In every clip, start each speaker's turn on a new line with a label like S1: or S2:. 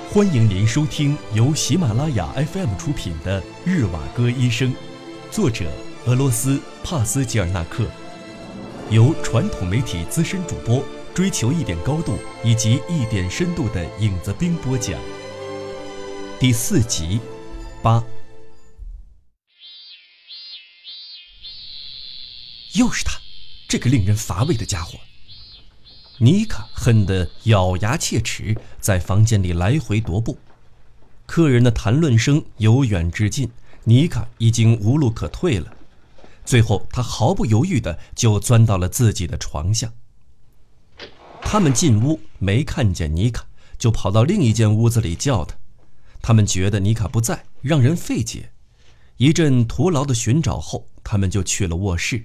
S1: 欢迎您收听由喜马拉雅 FM 出品的《日瓦戈医生》，作者俄罗斯帕斯吉尔纳克，由传统媒体资深主播追求一点高度以及一点深度的影子兵播讲。第4集8。又是他，这个令人乏味的家伙。妮卡恨得咬牙切齿，在房间里来回踱步。客人的谈论声由远至近，妮卡已经无路可退了。最后他毫不犹豫地就钻到了自己的床下。他们进屋没看见妮卡，就跑到另一间屋子里叫她。他们觉得妮卡不在，让人费解。一阵徒劳的寻找后，他们就去了卧室。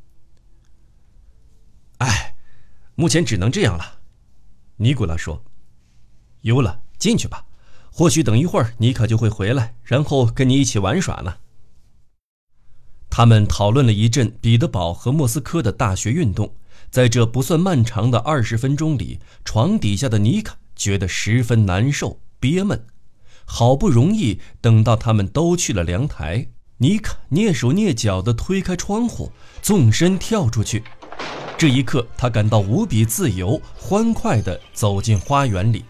S1: 目前只能这样了，尼古拉说。有了，进去吧，或许等一会儿妮卡就会回来，然后跟你一起玩耍呢。他们讨论了一阵彼得堡和莫斯科的大学运动，在这不算漫长的20分钟里，床底下的妮卡觉得十分难受憋闷。好不容易等到他们都去了阳台，妮卡蹑手蹑脚地推开窗户，纵身跳出去。这一刻他感到无比自由，欢快地走进花园里。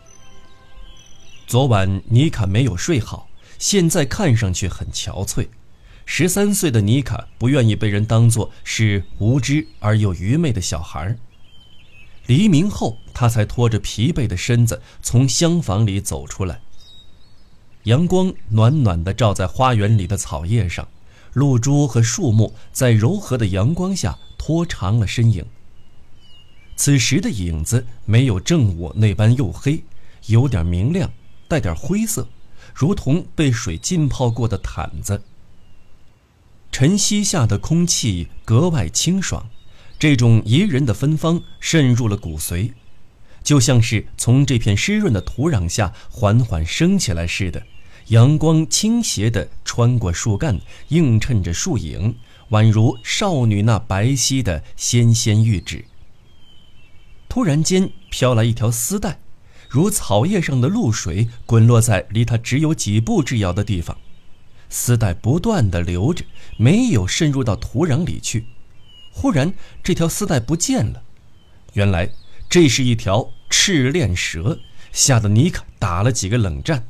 S1: 昨晚妮卡没有睡好，现在看上去很憔悴。13岁的妮卡不愿意被人当作是无知而又愚昧的小孩。黎明后他才拖着疲惫的身子从厢房里走出来。阳光暖暖地照在花园里的草叶上，露珠和树木在柔和的阳光下拖长了身影。此时的影子没有正午那般黝黑，有点明亮，带点灰色，如同被水浸泡过的毯子。晨曦下的空气格外清爽，这种宜人的芬芳渗入了骨髓，就像是从这片湿润的土壤下缓缓升起来似的。阳光倾斜地穿过树干，映衬着树影，宛如少女那白皙的纤纤玉指。突然间飘来一条丝带，如草叶上的露水，滚落在离他只有几步之遥的地方。丝带不断地流着，没有渗入到土壤里去。忽然这条丝带不见了，原来这是一条赤链蛇，吓得妮卡打了几个冷战。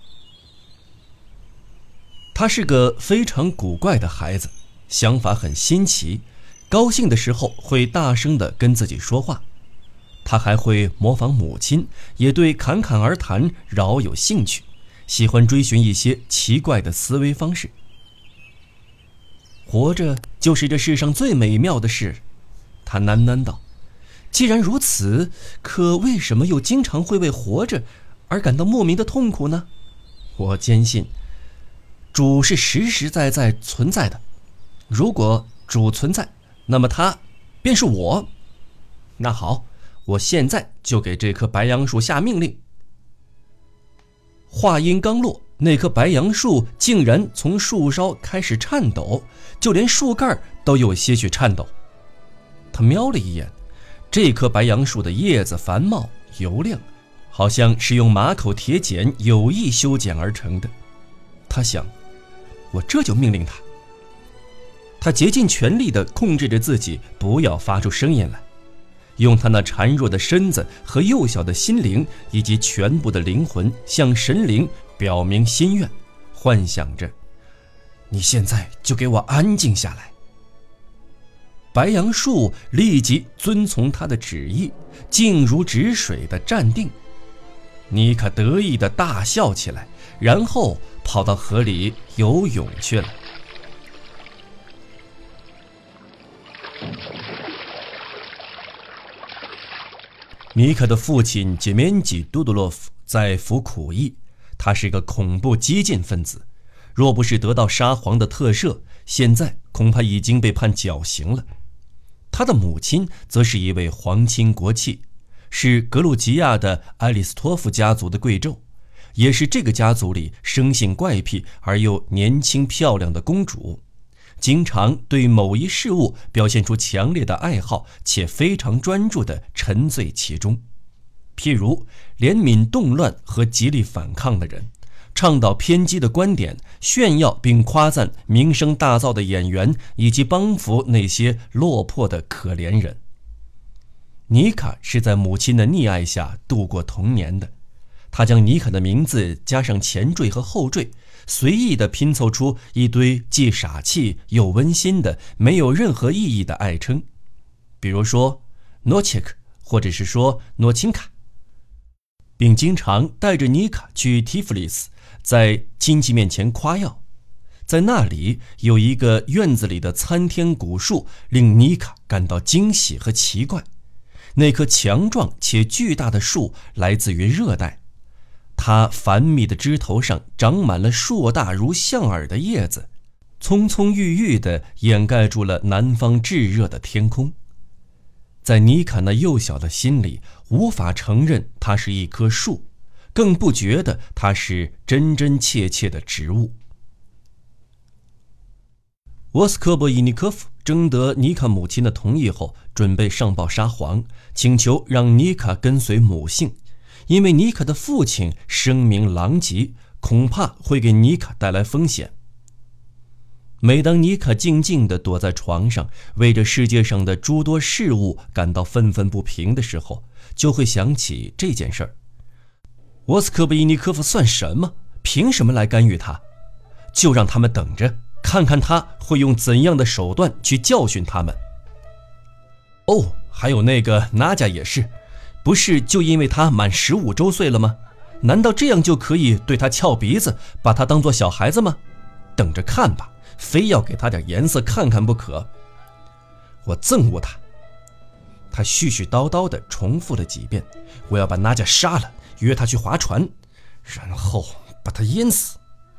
S1: 他是个非常古怪的孩子，想法很新奇，高兴的时候会大声地跟自己说话。他还会模仿母亲，也对侃侃而谈饶有兴趣，喜欢追寻一些奇怪的思维方式。活着就是这世上最美妙的事，他喃喃道。既然如此，可为什么又经常会为活着而感到莫名的痛苦呢？我坚信主是实实在在存在的，如果主存在，那么他便是我。那好，我现在就给这棵白杨树下命令。话音刚落，那棵白杨树竟然从树梢开始颤抖，就连树干都有些许颤抖。他瞄了一眼，这棵白杨树的叶子繁茂油亮，好像是用马口铁剪有意修剪而成的。他想，我这就命令他。他竭尽全力地控制着自己不要发出声音来，用他那孱弱的身子和幼小的心灵以及全部的灵魂向神灵表明心愿，幻想着，你现在就给我安静下来。白杨树立即遵从他的旨意，静如止水地站定。妮卡得意地大笑起来，然后跑到河里游泳去了。妮卡的父亲杰面吉·杜杜洛夫在服苦役，他是个恐怖激进分子，若不是得到沙皇的特赦，现在恐怕已经被判绞刑了。他的母亲则是一位皇亲国戚，是格鲁吉亚的埃里斯托夫家族的贵胄，也是这个家族里生性怪癖而又年轻漂亮的公主，经常对某一事物表现出强烈的爱好，且非常专注地沉醉其中。 譬如怜悯动乱和极力反抗的人，倡导偏激的观点，炫耀并夸赞名声大噪的演员，以及帮扶那些落魄的可怜人。妮卡是在母亲的溺爱下度过童年的，她将妮卡的名字加上前缀和后缀，随意地拼凑出一堆既傻气又温馨的没有任何意义的爱称，比如说 Nochik 或者是说 Nochinka， 并经常带着妮卡去 Tiflis， 在亲戚面前夸耀。在那里有一个院子里的参天古树，令妮卡感到惊喜和奇怪。那棵强壮且巨大的树来自于热带，它繁密的枝头上长满了硕大如象耳的叶子，葱葱郁郁地掩盖住了南方炙热的天空。在妮卡那幼小的心里，无法承认它是一棵树，更不觉得它是真真切切的植物。沃斯科波伊尼科夫征得妮卡母亲的同意后，准备上报沙皇，请求让妮卡跟随母姓，因为妮卡的父亲声名狼藉，恐怕会给妮卡带来风险。每当妮卡静静地躲在床上，为这世界上的诸多事物感到愤愤不平的时候，就会想起这件事儿。沃斯科波伊尼科夫算什么？凭什么来干预他？就让他们等着，看看他会用怎样的手段去教训他们。哦，还有那个娜迦也是，不是就因为他满15周岁了吗？难道这样就可以对他翘鼻子，把他当作小孩子吗？等着看吧，非要给他点颜色看看不可。我憎恶他。他絮絮叨叨地重复了几遍，我要把娜迦杀了，约他去划船，然后把他淹死。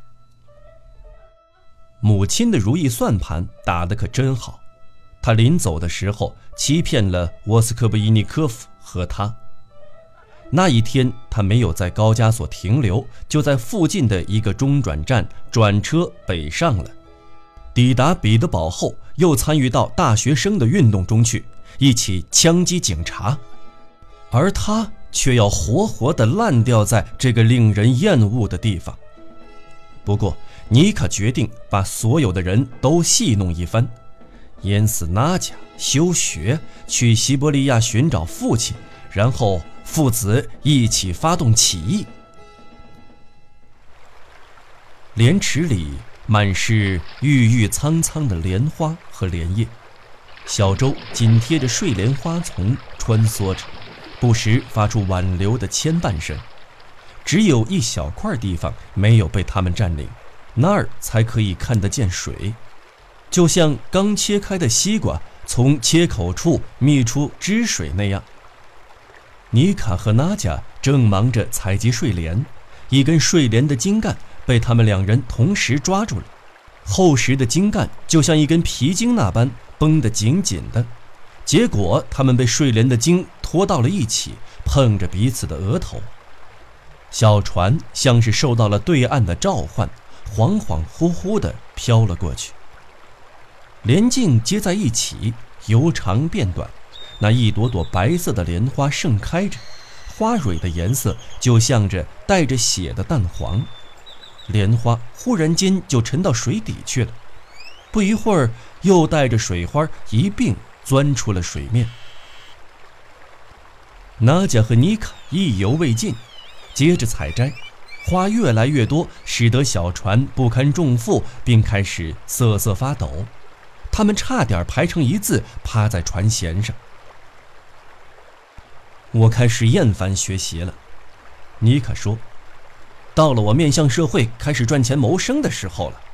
S1: 母亲的如意算盘打得可真好，她临走的时候欺骗了沃斯科布伊尼科夫和他。那一天他没有在高加索停留，就在附近的一个中转站转车北上了。抵达彼得堡后，又参与到大学生的运动中去，一起枪击警察，而他却要活活地烂掉在这个令人厌恶的地方。不过妮卡决定把所有的人都戏弄一番，淹死娜迦，休学，去西伯利亚寻找父亲，然后父子一起发动起义。莲池里满是郁郁苍苍的莲花和莲叶，小舟紧贴着睡莲花丛穿梭着，不时发出挽留的牵绊声。只有一小块地方没有被他们占领，那儿才可以看得见水，就像刚切开的西瓜从切口处泌出汁水那样。妮卡和娜迦正忙着采集睡莲，一根睡莲的茎干被他们两人同时抓住了，厚实的茎干就像一根皮筋那般绷得紧紧的，结果他们被睡莲的茎拖到了一起，碰着彼此的额头。小船像是受到了对岸的召唤，恍恍惚惚地飘了过去。莲茎接在一起，由长变短，那一朵朵白色的莲花盛开着，花蕊的颜色就像着带着血的淡黄。莲花忽然间就沉到水底去了，不一会儿又带着水花一并钻出了水面。娜迦和妮卡意犹未尽，接着采摘，花越来越多，使得小船不堪重负，并开始瑟瑟发抖。他们差点排成一字趴在船舷上。我开始厌烦学习了，妮卡说，到了我面向社会开始赚钱谋生的时候了。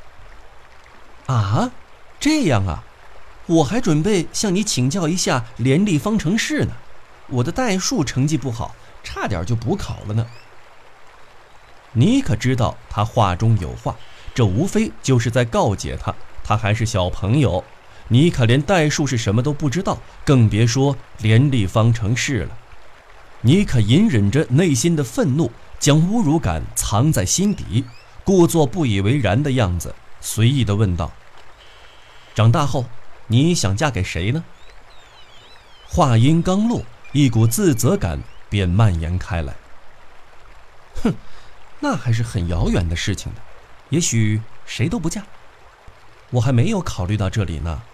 S1: 啊，这样啊，我还准备向你请教一下联立方程式呢，我的代数成绩不好，差点就补考了呢。妮卡知道他话中有话，这无非就是在告诫他还是小朋友。妮卡连代数是什么都不知道，更别说联立方程式了。妮卡隐忍着内心的愤怒，将侮辱感藏在心底，故作不以为然的样子，随意地问道，长大后你想嫁给谁呢？话音刚落，一股自责感便蔓延开来。哼，那还是很遥远的事情呢，也许谁都不嫁。我还没有考虑到这里呢。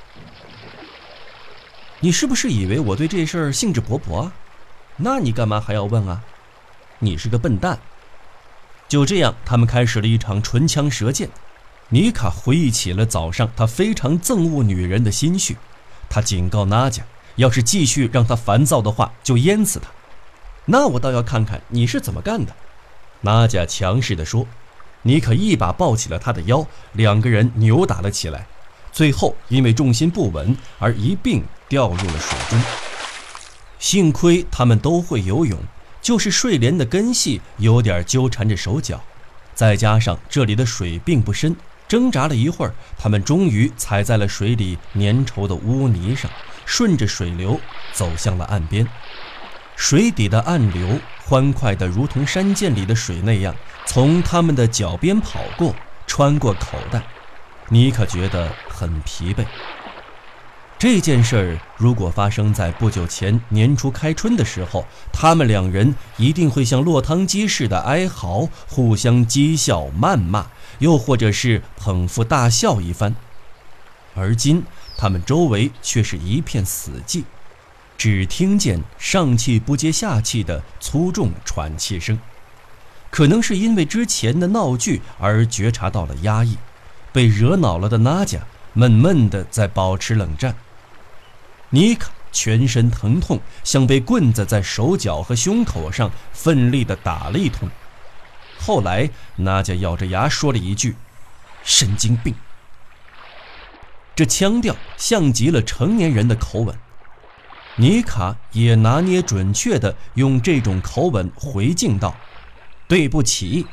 S1: 你是不是以为我对这事儿兴致勃勃啊？那你干嘛还要问啊？你是个笨蛋。就这样，他们开始了一场唇枪舌剑。妮卡回忆起了早上他非常憎恶女人的心绪，他警告娜迦，要是继续让他烦躁的话，就淹死他。那我倒要看看你是怎么干的。娜迦强势地说。妮卡一把抱起了他的腰，两个人扭打了起来，最后因为重心不稳而一并掉入了水中。幸亏他们都会游泳，就是睡莲的根系有点纠缠着手脚，再加上这里的水并不深，挣扎了一会儿，他们终于踩在了水里粘稠的污泥上，顺着水流走向了岸边。水底的暗流欢快得如同山涧里的水那样，从他们的脚边跑过，穿过口袋。妮卡觉得很疲惫。这件事儿如果发生在不久前年初开春的时候，他们两人一定会像落汤鸡似的哀嚎，互相讥笑谩骂，又或者是捧腹大笑一番。而今他们周围却是一片死寂，只听见上气不接下气的粗重喘气声。可能是因为之前的闹剧而觉察到了压抑，被惹恼了的娜迦闷闷地在保持冷战。妮卡全身疼痛，像被棍子在手脚和胸口上奋力地打了一通。后来娜迦咬着牙说了一句：“神经病。”这腔调像极了成年人的口吻。妮卡也拿捏准确地用这种口吻回敬道：“对不起。”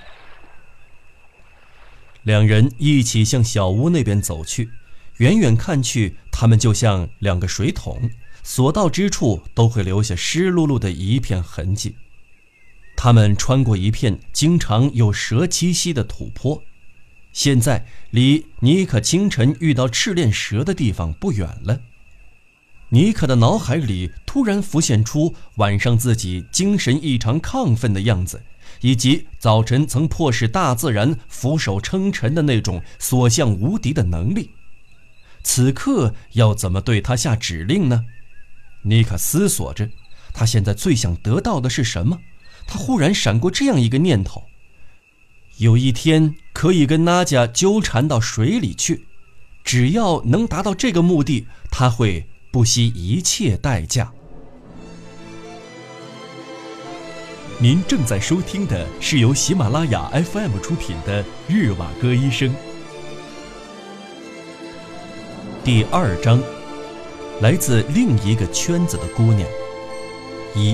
S1: 两人一起向小屋那边走去，远远看去，他们就像两个水桶，所到之处都会留下湿漉漉的一片痕迹。他们穿过一片经常有蛇栖息的土坡，现在离妮可清晨遇到赤练蛇的地方不远了。妮可的脑海里突然浮现出晚上自己精神异常亢奋的样子，以及早晨曾迫使大自然俯首称臣的那种所向无敌的能力。此刻要怎么对他下指令呢？妮可思索着，他现在最想得到的是什么？他忽然闪过这样一个念头：有一天可以跟娜迦纠缠到水里去，只要能达到这个目的，他会不惜一切代价。您正在收听的是由喜马拉雅 FM 出品的《日瓦戈医生》第2章，来自另一个圈子的姑娘。1。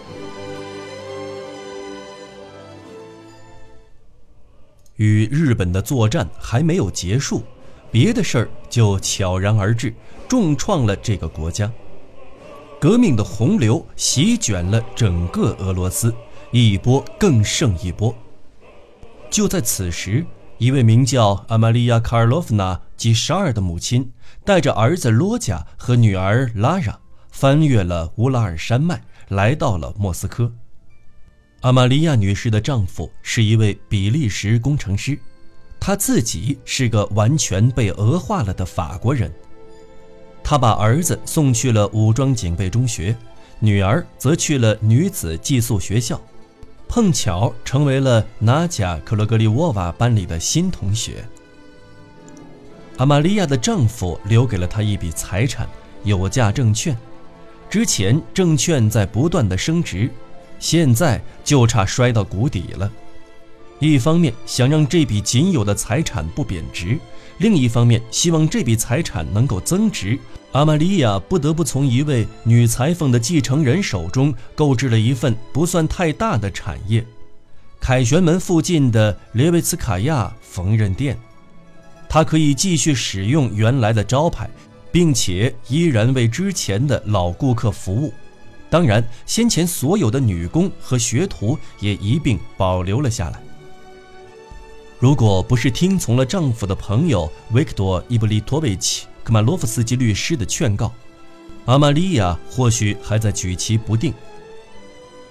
S1: 与日本的作战还没有结束，别的事儿就悄然而至，重创了这个国家。革命的洪流席卷了整个俄罗斯，一波更胜一波。就在此时，一位名叫阿玛利亚·卡尔洛夫娜·吉沙尔的母亲带着儿子罗贾和女儿拉拉翻越了乌拉尔山脉，来到了莫斯科。阿玛利亚女士的丈夫是一位比利时工程师，她自己是个完全被俄化了的法国人。她把儿子送去了武装警备中学，女儿则去了女子寄宿学校，碰巧成为了娜贾·克罗格利沃娃班里的新同学。阿玛利亚的丈夫留给了她一笔财产，有价证券。之前证券在不断的升值，现在就差摔到谷底了。一方面想让这笔仅有的财产不贬值，另一方面希望这笔财产能够增值。阿玛利亚不得不从一位女裁缝的继承人手中购置了一份不算太大的产业——凯旋门附近的列维茨卡亚缝纫店。她可以继续使用原来的招牌，并且依然为之前的老顾客服务。当然，先前所有的女工和学徒也一并保留了下来。如果不是听从了丈夫的朋友维克多·伊布利托维奇·科马洛夫斯基律师的劝告，阿玛利亚或许还在举棋不定。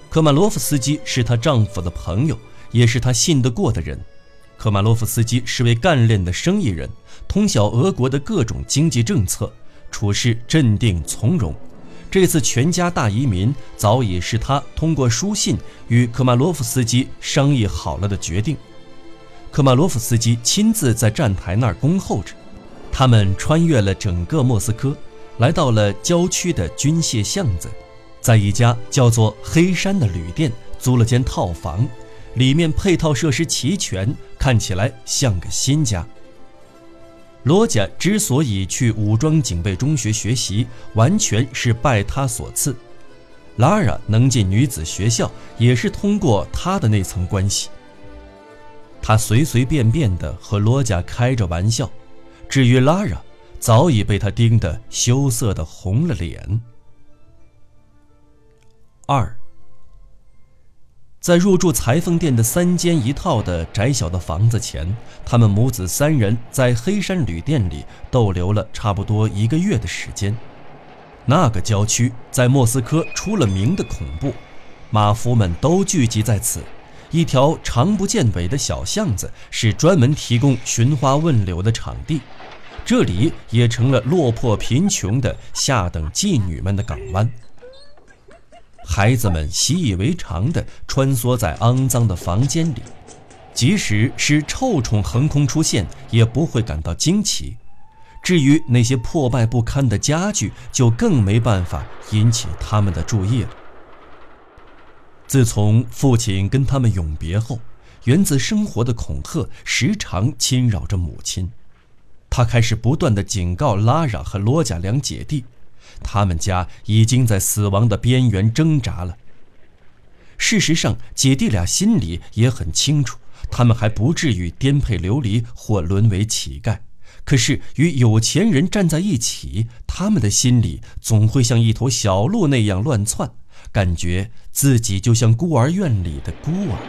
S1: 科马洛夫斯基是她丈夫的朋友，也是她信得过的人。科马洛夫斯基是位干练的生意人，通晓俄国的各种经济政策，处事镇定从容。这次全家大移民早已是他通过书信与科马洛夫斯基商议好了的决定。科马洛夫斯基亲自在站台那儿恭候着。他们穿越了整个莫斯科，来到了郊区的军械巷子，在一家叫做黑山的旅店租了间套房，里面配套设施齐全，看起来像个新家。罗贾之所以去武装警备中学学习，完全是拜他所赐。拉拉能进女子学校，也是通过他的那层关系。他随随便便地和罗贾开着玩笑，至于拉拉，早已被他盯得羞涩地红了脸。2，在入住裁缝店的3间1套的窄小的房子前，他们母子3人在黑山旅店里逗留了差不多1个月的时间。那个郊区在莫斯科出了名的恐怖，马夫们都聚集在此。一条长不见尾的小巷子是专门提供寻花问柳的场地，这里也成了落魄贫穷的下等妓女们的港湾。孩子们习以为常地穿梭在肮脏的房间里，即使是臭虫横空出现，也不会感到惊奇。至于那些破败不堪的家具，就更没办法引起他们的注意了。自从父亲跟他们永别后，源自生活的恐吓时常侵扰着母亲。他开始不断地警告拉拉和罗贾两姐弟，他们家已经在死亡的边缘挣扎了。事实上，姐弟俩心里也很清楚，他们还不至于颠沛流离或沦为乞丐。可是与有钱人站在一起，他们的心里总会像一头小鹿那样乱窜，感觉自己就像孤儿院里的孤儿。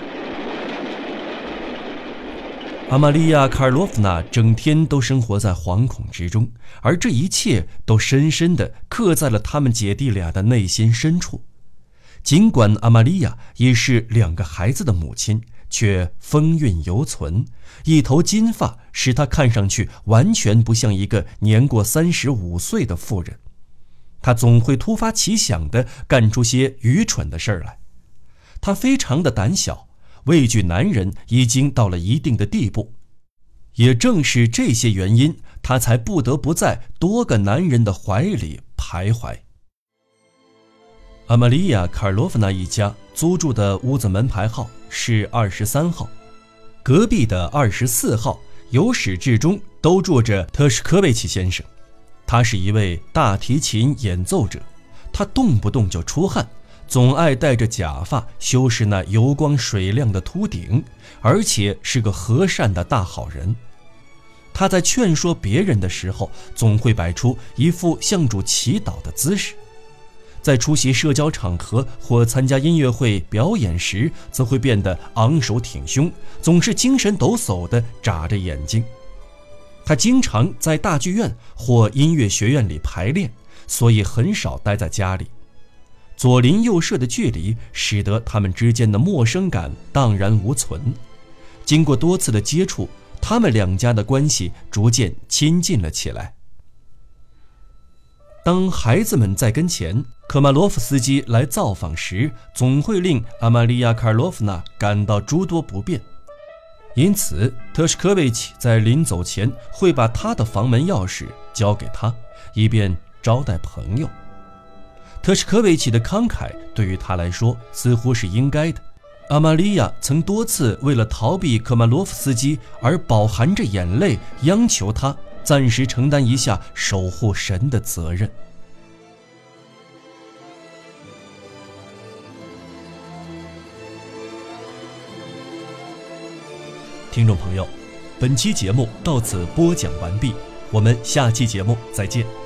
S1: 阿玛利亚·卡尔洛夫娜整天都生活在惶恐之中，而这一切都深深地刻在了他们姐弟俩的内心深处。尽管阿玛利亚也是2个孩子的母亲，却风韵犹存，一头金发使她看上去完全不像一个年过35岁的妇人。她总会突发奇想地干出些愚蠢的事儿来。她非常的胆小，畏惧男人已经到了一定的地步。也正是这些原因，她才不得不在多个男人的怀里徘徊。阿玛利亚·卡尔洛夫娜一家租住的屋子门牌号是23号，隔壁的24号由始至终都住着特什科维奇先生。他是一位大提琴演奏者，他动不动就出汗，总爱戴着假发修饰那油光水亮的秃顶，而且是个和善的大好人。他在劝说别人的时候，总会摆出一副向主祈祷的姿势。在出席社交场合或参加音乐会表演时，则会变得昂首挺胸，总是精神抖擞地眨着眼睛。他经常在大剧院或音乐学院里排练，所以很少待在家里。左邻右舍的距离使得他们之间的陌生感荡然无存。经过多次的接触，他们2家的关系逐渐亲近了起来。当孩子们在跟前，科马洛夫斯基来造访时，总会令阿玛利亚·卡尔洛夫娜感到诸多不便。因此，特什科维奇在临走前会把他的房门钥匙交给他，以便招待朋友。特什科维奇的慷慨对于他来说似乎是应该的。阿玛利亚曾多次为了逃避科马洛夫斯基而饱含着眼泪央求他暂时承担一下守护神的责任。听众朋友，本期节目到此播讲完毕，我们下期节目再见。